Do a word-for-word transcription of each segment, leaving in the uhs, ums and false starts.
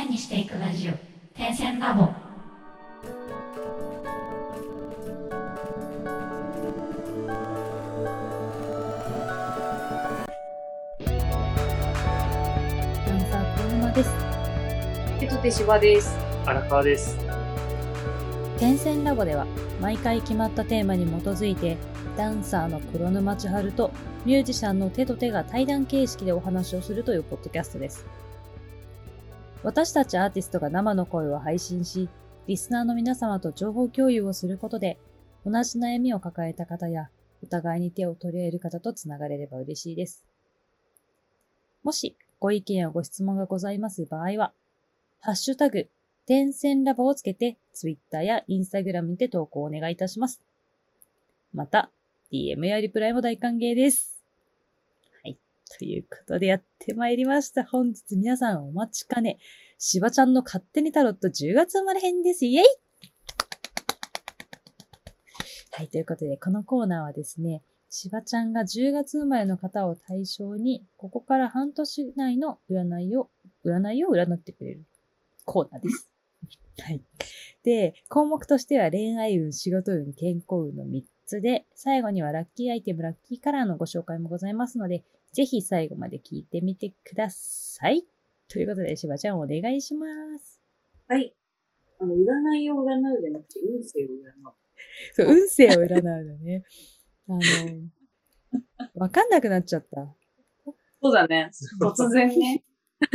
線にしていくラジオ、点線ラボ。 ダンサー小馬です。 手と手芝です。 荒川です。 点線ラボでは毎回決まったテーマに基づいてダンサーの黒沼千春とミュージシャンの手と手が対談形式でお話をするというポッドキャストです。私たちアーティストが生の声を配信し、リスナーの皆様と情報共有をすることで、同じ悩みを抱えた方やお互いに手を取り合える方とつながれれば嬉しいです。もしご意見やご質問がございます場合は、ハッシュタグ、点線ラボをつけて、Twitter や Instagram にて投稿をお願いいたします。また、ディーエム やリプライも大歓迎です。はい。ということでやってまいりました。本日皆さんお待ちかね、しばちゃんの勝手にタロットじゅうがつ生まれ編です。イエイ！はい。ということで、このコーナーはですね、しばちゃんがじゅうがつ生まれの方を対象に、ここから半年以内の占いを、占いを占ってくれるコーナーです。はい。で、項目としては恋愛運、仕事運、健康運のみっつで、最後にはラッキーアイテム、ラッキーカラーのご紹介もございますので、ぜひ最後まで聞いてみてください。ということで、しばちゃんお願いします。 はい。あの、占いを占うでなくて、運勢を占う。 そう、運勢を占うのね。あの、わかんなくなっちゃった。 そうだね。突然ね。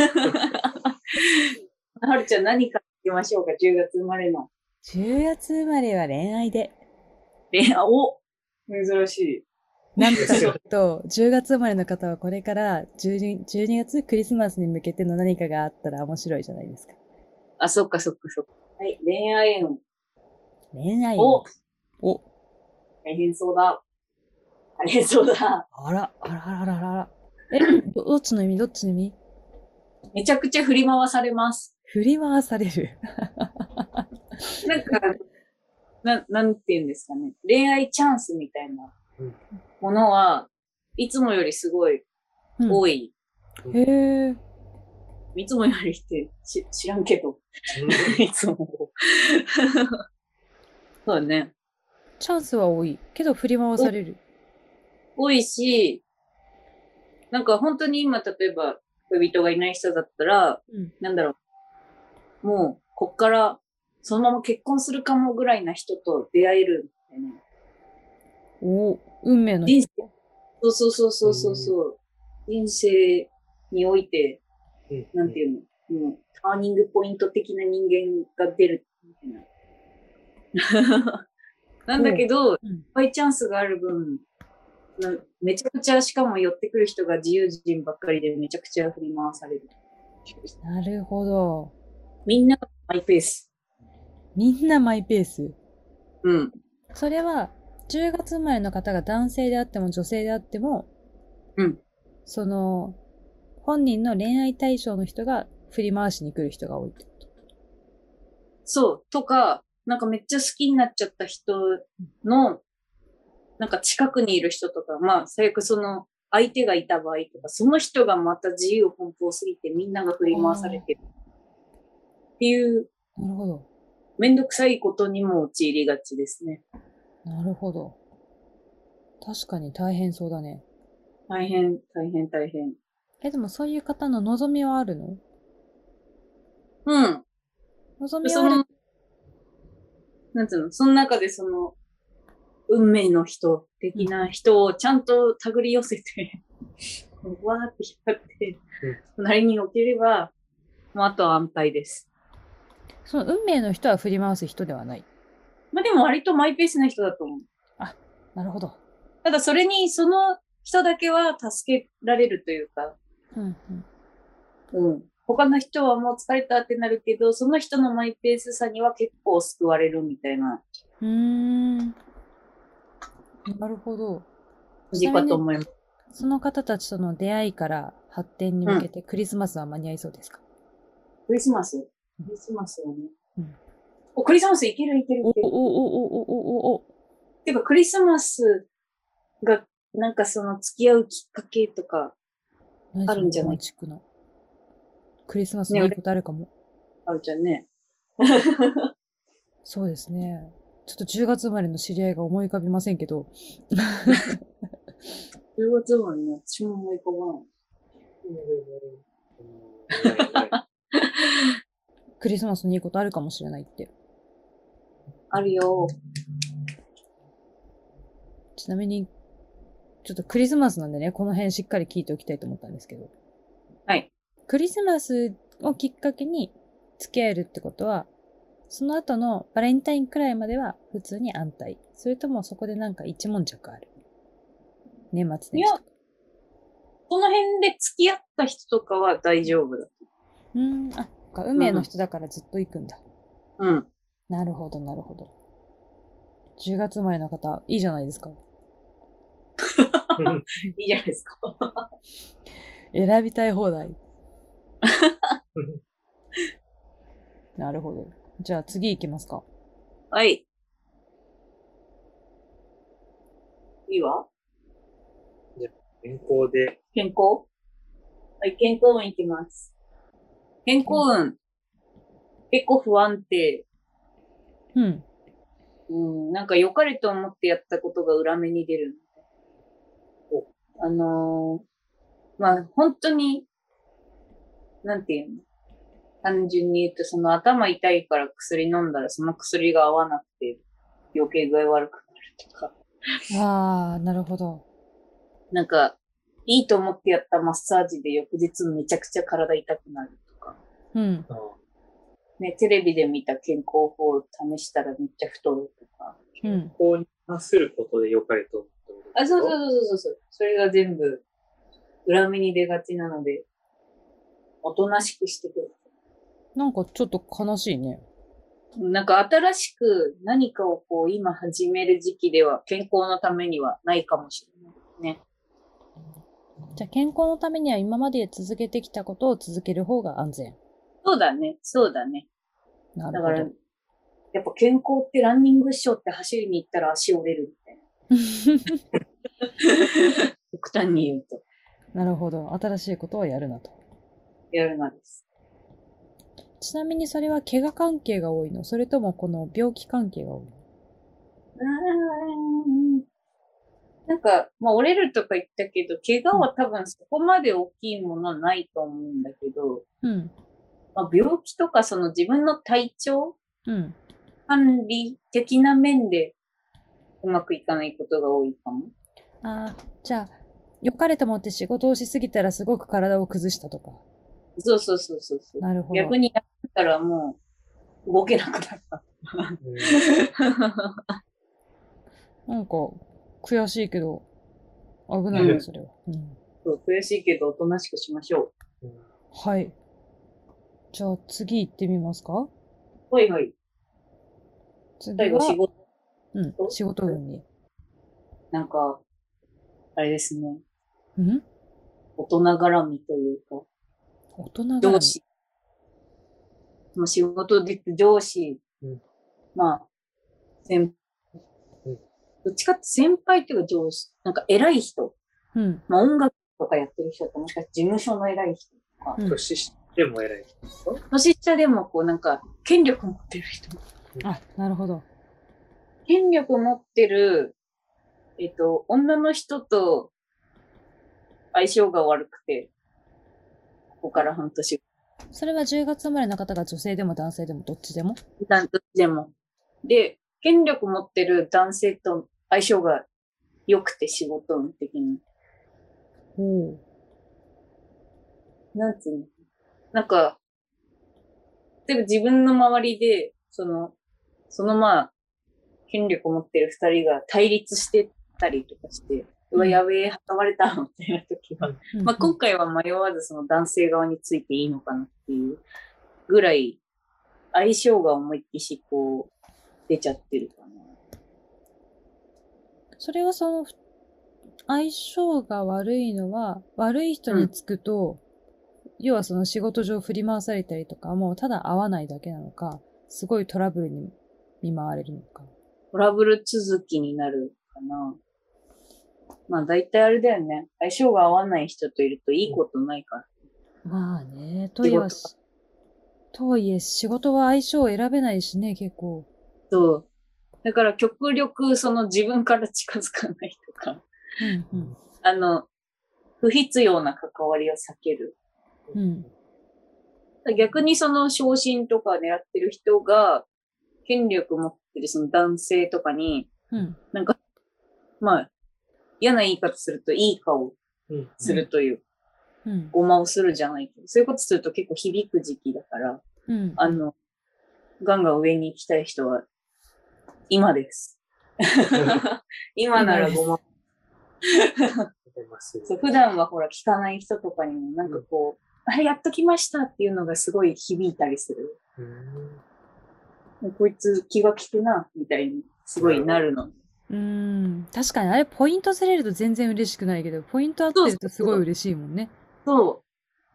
はるちゃん何からいきましょうか、じゅうがつ生まれの。 じゅうがつ生まれは恋愛で。 恋愛、お珍しい。 なんと、じゅうがつ生まれの方はこれからじゅうに、じゅうにがつクリスマスに向けての何かがあったら面白いじゃないですか。 あ、そっかそっかそっか。はい、恋愛運。 恋愛運。 おお大変そうだ。大変そうだ。 あら、あらあらあらあら。え、どどっちの意味どっちの意味めちゃくちゃ振り回されます。 振り回される。 なんか、な、なんて言うんですかね。恋愛チャンスみたいなものは、いつもよりすごい多い。 うん、へえ。 いつもよりってし知らんけど。いつも。そうだね。 チャンスは多い。けど振り回される。 多いし、なんか本当に今、例えば、恋人がいない人だったら、うん、なんだろう。もう、こっから、そのまま結婚するかもぐらいな人と出会えるみたいな。 お、運命の人。 人生。そうそうそうそうそう。人生において、なんていうの、もう、ターニングポイント的な人間が出るみたいな。なんだけど、いっぱいチャンスがある分、めちゃくちゃ、しかも寄ってくる人が自由人ばっかりでめちゃくちゃ振り回される。 なるほど。 みんなマイペース。 みんなマイペース。 うん。 それは、じゅうがつ生まれの方が男性であっても女性であっても、 うん。 その、本人の恋愛対象の人が振り回しに来る人が多いってこと。 そう。とか、なんかめっちゃ好きになっちゃった人の、なんか近くにいる人とか、まあ、最悪その相手がいた場合とか、その人がまた自由奔放すぎてみんなが振り回されてる。っていう、 なるほど。 めんどくさいことにも陥りがちですね。 なるほど。確かに大変そうだね。 大変、大変、大変。 え、でもそういう方の望みはあるの？ うん。 望みはある。 なんていうの、その中でその、運命の人的な人をちゃんと手繰り寄せて、うん、わーって引っ張って、隣に置ければ、もうあとは安泰です。 その運命の人は振り回す人ではない。 まあでも割とマイペースな人だと思う。 あ、なるほど。 ただそれにその人だけは助けられるというか、 うんうん、うん。他の人はもう疲れたってなるけど、その人のマイペースさには結構救われるみたいな。 うーん。なるほど。 いいかと思います。 その方たちとの出会いから発展に向けてクリスマスは間に合いそうですか？ クリスマスクリスマスはね。うん、お、クリスマスいけるいけるいける。 おおおおおおおお。 てかクリスマスがなんかその付き合うきっかけとかあるんじゃない？ クリスマスのいいことあるかも。 はるちゃんね。 そうですね。ちょっとじゅうがつ生まれの知り合いが思い浮かびませんけど。 じゅうがつ生まれね、私も思い浮かばない。 クリスマスにいいことあるかもしれないって。 あるよ。 ちなみに、ちょっとクリスマスなんでね、この辺しっかり聞いておきたいと思ったんですけど。 はい。 クリスマスをきっかけに付き合えるってことは、その後のバレンタインくらいまでは普通に安泰。それともそこでなんか一悶着ある。年末年始とか。 この辺で付き合った人とかは大丈夫だ。 うーん、あ、運命の人だからずっと行くんだ。 うん。 なるほど、なるほど。じゅうがつ生まれの方、いいじゃないですか。 いいじゃないですか。 選びたい放題。なるほど。じゃあ次行きますか。 はい。いいわ。 健康で。 健康はい、健康運いきます。健康運。結構不安定。 うん。 うん、なんか良かれと思ってやったことが裏目に出る。あのー、まあ、本当に、なんていうの単純に言うと、その頭痛いから薬飲んだらその薬が合わなくて余計具合悪くなるとか。 ああ、なるほど。 なんか、いいと思ってやったマッサージで翌日めちゃくちゃ体痛くなるとか。 うん。 ね、テレビで見た健康法を試したらめっちゃ太るとか。 うん。 健康に関することで良かれと思ってあ、そうそうそうそうそう。それが全部裏目に出がちなので、おとなしくしてくる。 なんかちょっと悲しいね。 なんか新しく何かをこう今始める時期では健康のためにはないかもしれないね。 じゃあ健康のためには今まで続けてきたことを続ける方が安全。 そうだね。そうだね。 なるほど。 だから、やっぱ健康ってランニングしようって走りに行ったら足折れるみたいな。極端に言うと。 なるほど。新しいことをやるなと。 やるなです。 ちなみにそれは怪我関係が多いの？それともこの病気関係が多いの？ うーん。なんか、まあ折れるとか言ったけど、怪我は多分そこまで大きいものはないと思うんだけど、 うん。 まあ、病気とかその自分の体調うん。 管理的な面でうまくいかないことが多いかも。 ああ、じゃあ、良かれと思って仕事をしすぎたらすごく体を崩したとか。 そうそうそうそうそう。 なるほど。 逆にやったらもう動けなくなった。 なんか悔しいけど危ないね、それは。うん。 そう悔しいけどおとなしくしましょう。 はい。じゃあ次行ってみますか？ はいはい。 次最後仕は、 事。 うん、仕事運に。 なんか、あれですね。 うん大人絡みというか、 大人絡み。 上司。まあ、仕事で上司、 うんまあ、先うんどっちかって先輩っていうか上司、なんか偉い人、 うん。 まあ音楽とかやってる人ってもしかして事務所の偉い人とか、 うん年下も偉いですか？ 年下でもこうなんか権力持ってる人。 あ、なるほど。 権力持ってる、えっと、女の人と相性が悪くて、ここから半年。 それはじゅうがつ生まれの方が女性でも男性でもどっちでも？ なんとでも。で、権力持ってる男性と相性が良くて仕事運的に。 おう。 なんつうのなんか、例えば自分の周りで、その、そのまあ、権力持ってる二人が対立してたりとかして、うわ、やべえ、挟まれた、みたいな時は、 うんまあ今回は迷わずその男性側についていいのかなっていうぐらい、相性が思いっきしこう、出ちゃってるかな。 それはその、相性が悪いのは、悪い人につくと、うん、要はその仕事上振り回されたりとか、もうただ合わないだけなのか、すごいトラブルに見舞われるのか。 トラブル続きになるかな。まあ大体あれだよね。相性が合わない人といるといいことないから。 まあね、トイレはし、 とはいえ、仕事は相性を選べないしね、結構。 そう。だから極力その自分から近づかないとか、 うんうん。 あの、不必要な関わりを避ける。 うん。 逆にその昇進とか狙ってる人が、権力持ってるその男性とかに、 うん。 なんか、まあ、嫌な言い方するといい顔うん。 するという、 うん。 ごまをするじゃないけど、そういうことすると結構響く時期だから、 うん。 あの、ガンガン上に行きたい人は、今です。今ならごま。そう普段はほら聞かない人とかにもなんかこう、うん、あれやっときましたっていうのがすごい響いたりする。うん、こいつ気が利くな、みたいにすごいなるの。 うん。確かにあれポイントずれると全然嬉しくないけど、ポイント合ってるとすごい嬉しいもんね。 そう。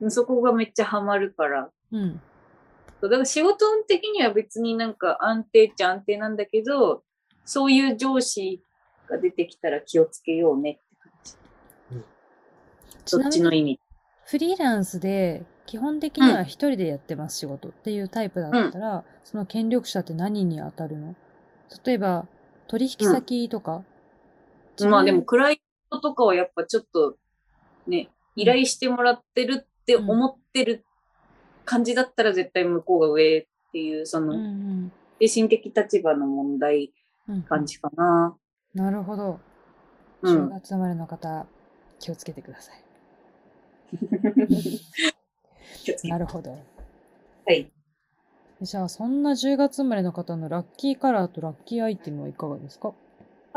そこがめっちゃハマるから。 うん。 だから仕事的には別になんか安定っちゃ安定なんだけど、そういう上司が出てきたら気をつけようねって感じ。うん、どっちの意味？ フリーランスで基本的には一人でやってます、仕事っていうタイプだったら、うん、その権力者って何に当たるの？例えば取引先とか、 うん、まあでもクライアントとかはやっぱちょっとね、依頼してもらってるって思ってる感じだったら絶対向こうが上っていう、その、精神的立場の問題感じかな。 うんうん、なるほど。じゅうがつ生まれの方、気をつけてください。なるほど。 はい。 じゃあ、そんなじゅうがつ生まれの方のラッキーカラーとラッキーアイテムはいかがですか？ はい。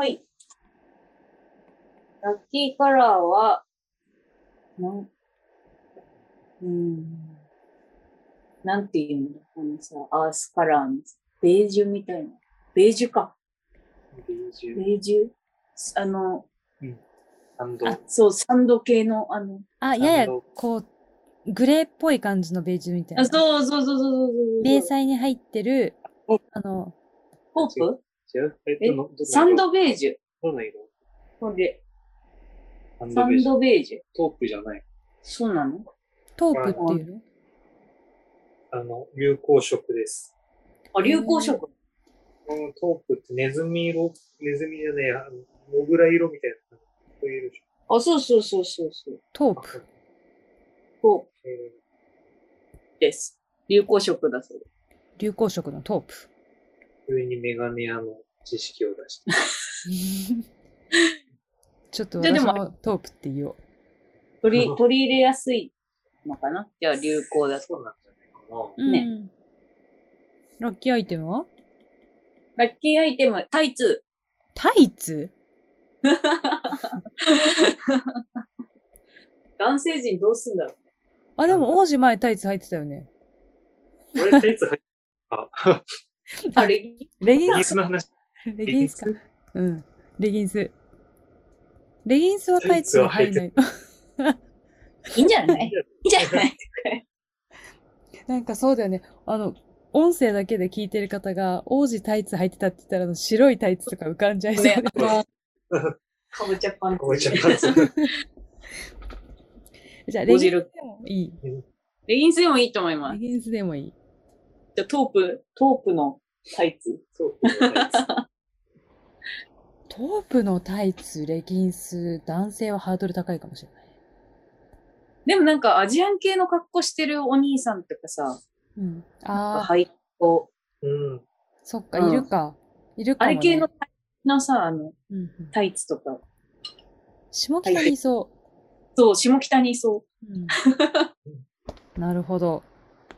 ラッキーカラーは、なんうん、なんていうのこのさ、アースカラーのベージュみたいな。ベージュか。 ベージュ。 ベージュあの、 うん、サンド。 あ、そう、サンド系の、あの。 あ、やや、こう、グレーっぽい感じのベージュみたいな。 あ、そうそうそうそうそう。 ベーサイに入ってる、あの、 ホープ違うえサンドベージュ。 どの色？ ほんで、サンドベージュ。 トープじゃない。 そうなの？ トープっていうの？ あの、流行色です。 あ、流行色？ トープってネズミ色、ネズミじゃねえや、モグラ色みたいな。そういう色。 あ、そうそうそうそうそう。 トープ。 トープ。です。流行色だそうです。 流行色のトープ。 上にメガネ屋の知識を出して。 ちょっと私もトープって言おう。 取り、取り入れやすいのかな？じゃあ流行だそうなんじゃないかな。ね、うん。 ラッキーアイテムは？ ラッキーアイテム、タイツ。 タイツ？ 男性陣どうすんだろう？ あ、でも王子前タイツ履いてたよね。 俺タイツ履いてた。 あ、レギンスレギンスの話。 レギンスか。うん。レギンス。レギンスはタイツは入んない。 いいんじゃないいいんじゃないなんかそうだよね。あの、音声だけで聞いてる方が、王子タイツ履いてたって言ったら、白いタイツとか浮かんじゃいそうね。 かぼちゃパンツ。 かぼちゃパンツ。 じゃあ、レギンスでもいい。 レギンスでもいいと思います。 レギンスでもいい。 じゃあ、トープ、トープのタイツ。 トープのタイツ、レギンス、男性はハードル高いかもしれない。 でもなんかアジアン系の格好してるお兄さんとかさ、 うん、ああ、 はい、こう。うん。 そっか、いるか。いるかも、ね。 あれ系ののさ、あの、 うんうん、 タイツとか。 下北にいそう。はい、 そう、下北にいそう。 うん、なるほど。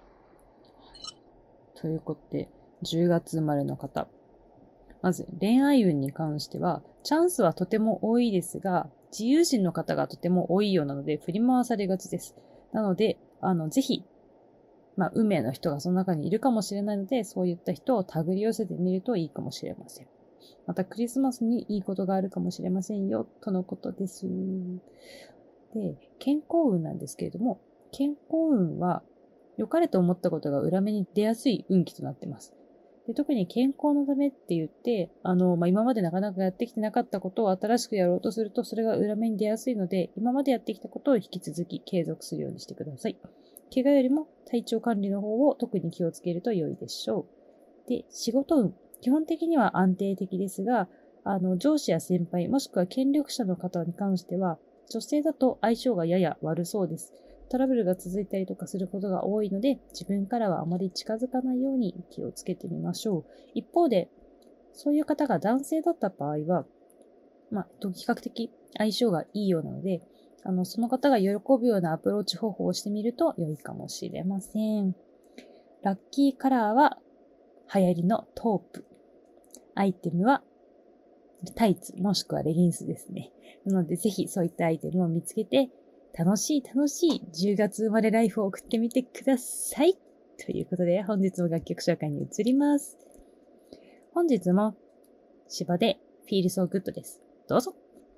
ということで、じゅうがつ生まれの方。まず、恋愛運に関しては、チャンスはとても多いですが、自由人の方がとても多いようなので、振り回されがちです。なので、あの、ぜひ、まあ、運命の人がその中にいるかもしれないので、そういった人を手繰り寄せてみるといいかもしれません。また、クリスマスにいいことがあるかもしれませんよ、とのことです。で、健康運なんですけれども、健康運は、良かれと思ったことが裏目に出やすい運気となっています。で特に健康のためって言って、あの、まあ、今までなかなかやってきてなかったことを新しくやろうとすると、それが裏目に出やすいので、今までやってきたことを引き続き継続するようにしてください。 怪我よりも体調管理の方を特に気をつけると良いでしょう。で、仕事運。基本的には安定的ですが、あの、上司や先輩、もしくは権力者の方に関しては、女性だと相性がやや悪そうです。トラブルが続いたりとかすることが多いので、自分からはあまり近づかないように気をつけてみましょう。一方で、そういう方が男性だった場合は、まあ、比較的相性がいいようなので、あの、その方が喜ぶようなアプローチ方法をしてみると良いかもしれません。ラッキーカラーは流行りのトープ。アイテムはタイツもしくはレギンスですね。なのでぜひそういったアイテムを見つけて楽しい楽しいじゅうがつ生まれライフを送ってみてください。ということで本日も楽曲紹介に移ります。本日も芝で Feel So Good です。どうぞ。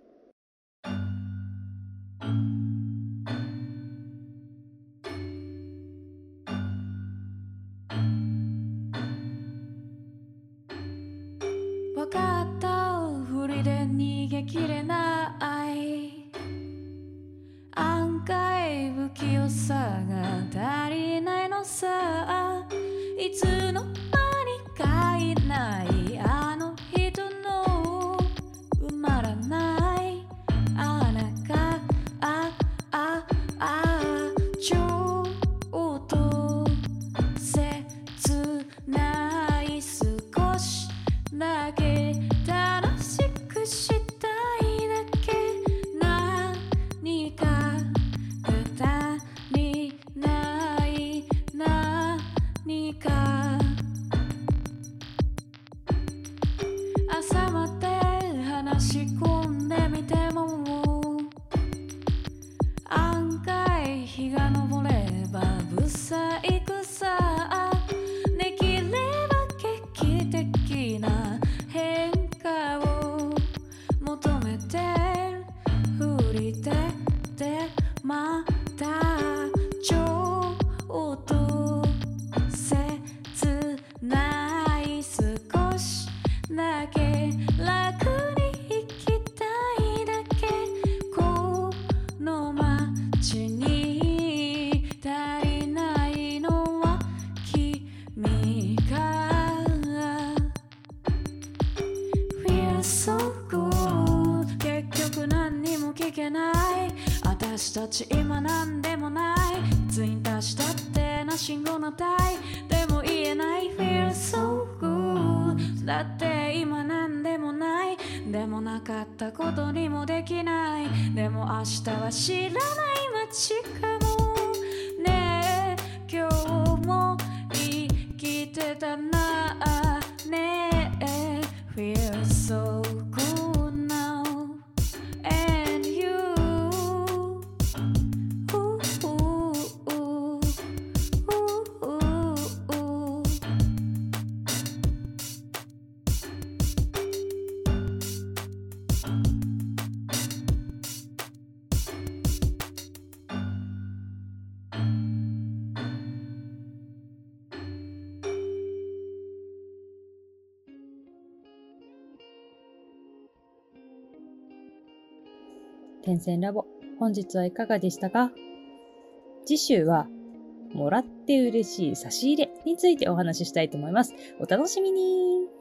わかったふりで逃げきれない案外不器用さが足りないのさいつの間にかいないあの人の埋まらない穴があああちょっと切ない少しだけ楽しくしたいだけ何かが足りない何か朝まで話し込んでみても案外日が昇れば不細工さできれば劇的な変化を求めて振り出てまたちょっと切ない少しだけ楽に生きたいだけこの街に足りないのは君が Feel so good 結局何にも聞けない私たち今なんでもないツイン足したってな信号の帯でも言えない Feel so good だって今なんでもないでもなかったことにもできないでも明日は知らない街かもねえ今日も生きてたなねえ Feel so good now and you ooh, ooh, ooh, ooh, ooh, ooh. 天線ラボ、本日はいかがでしたか？次週は、もらって嬉しい差し入れについてお話ししたいと思います。お楽しみに。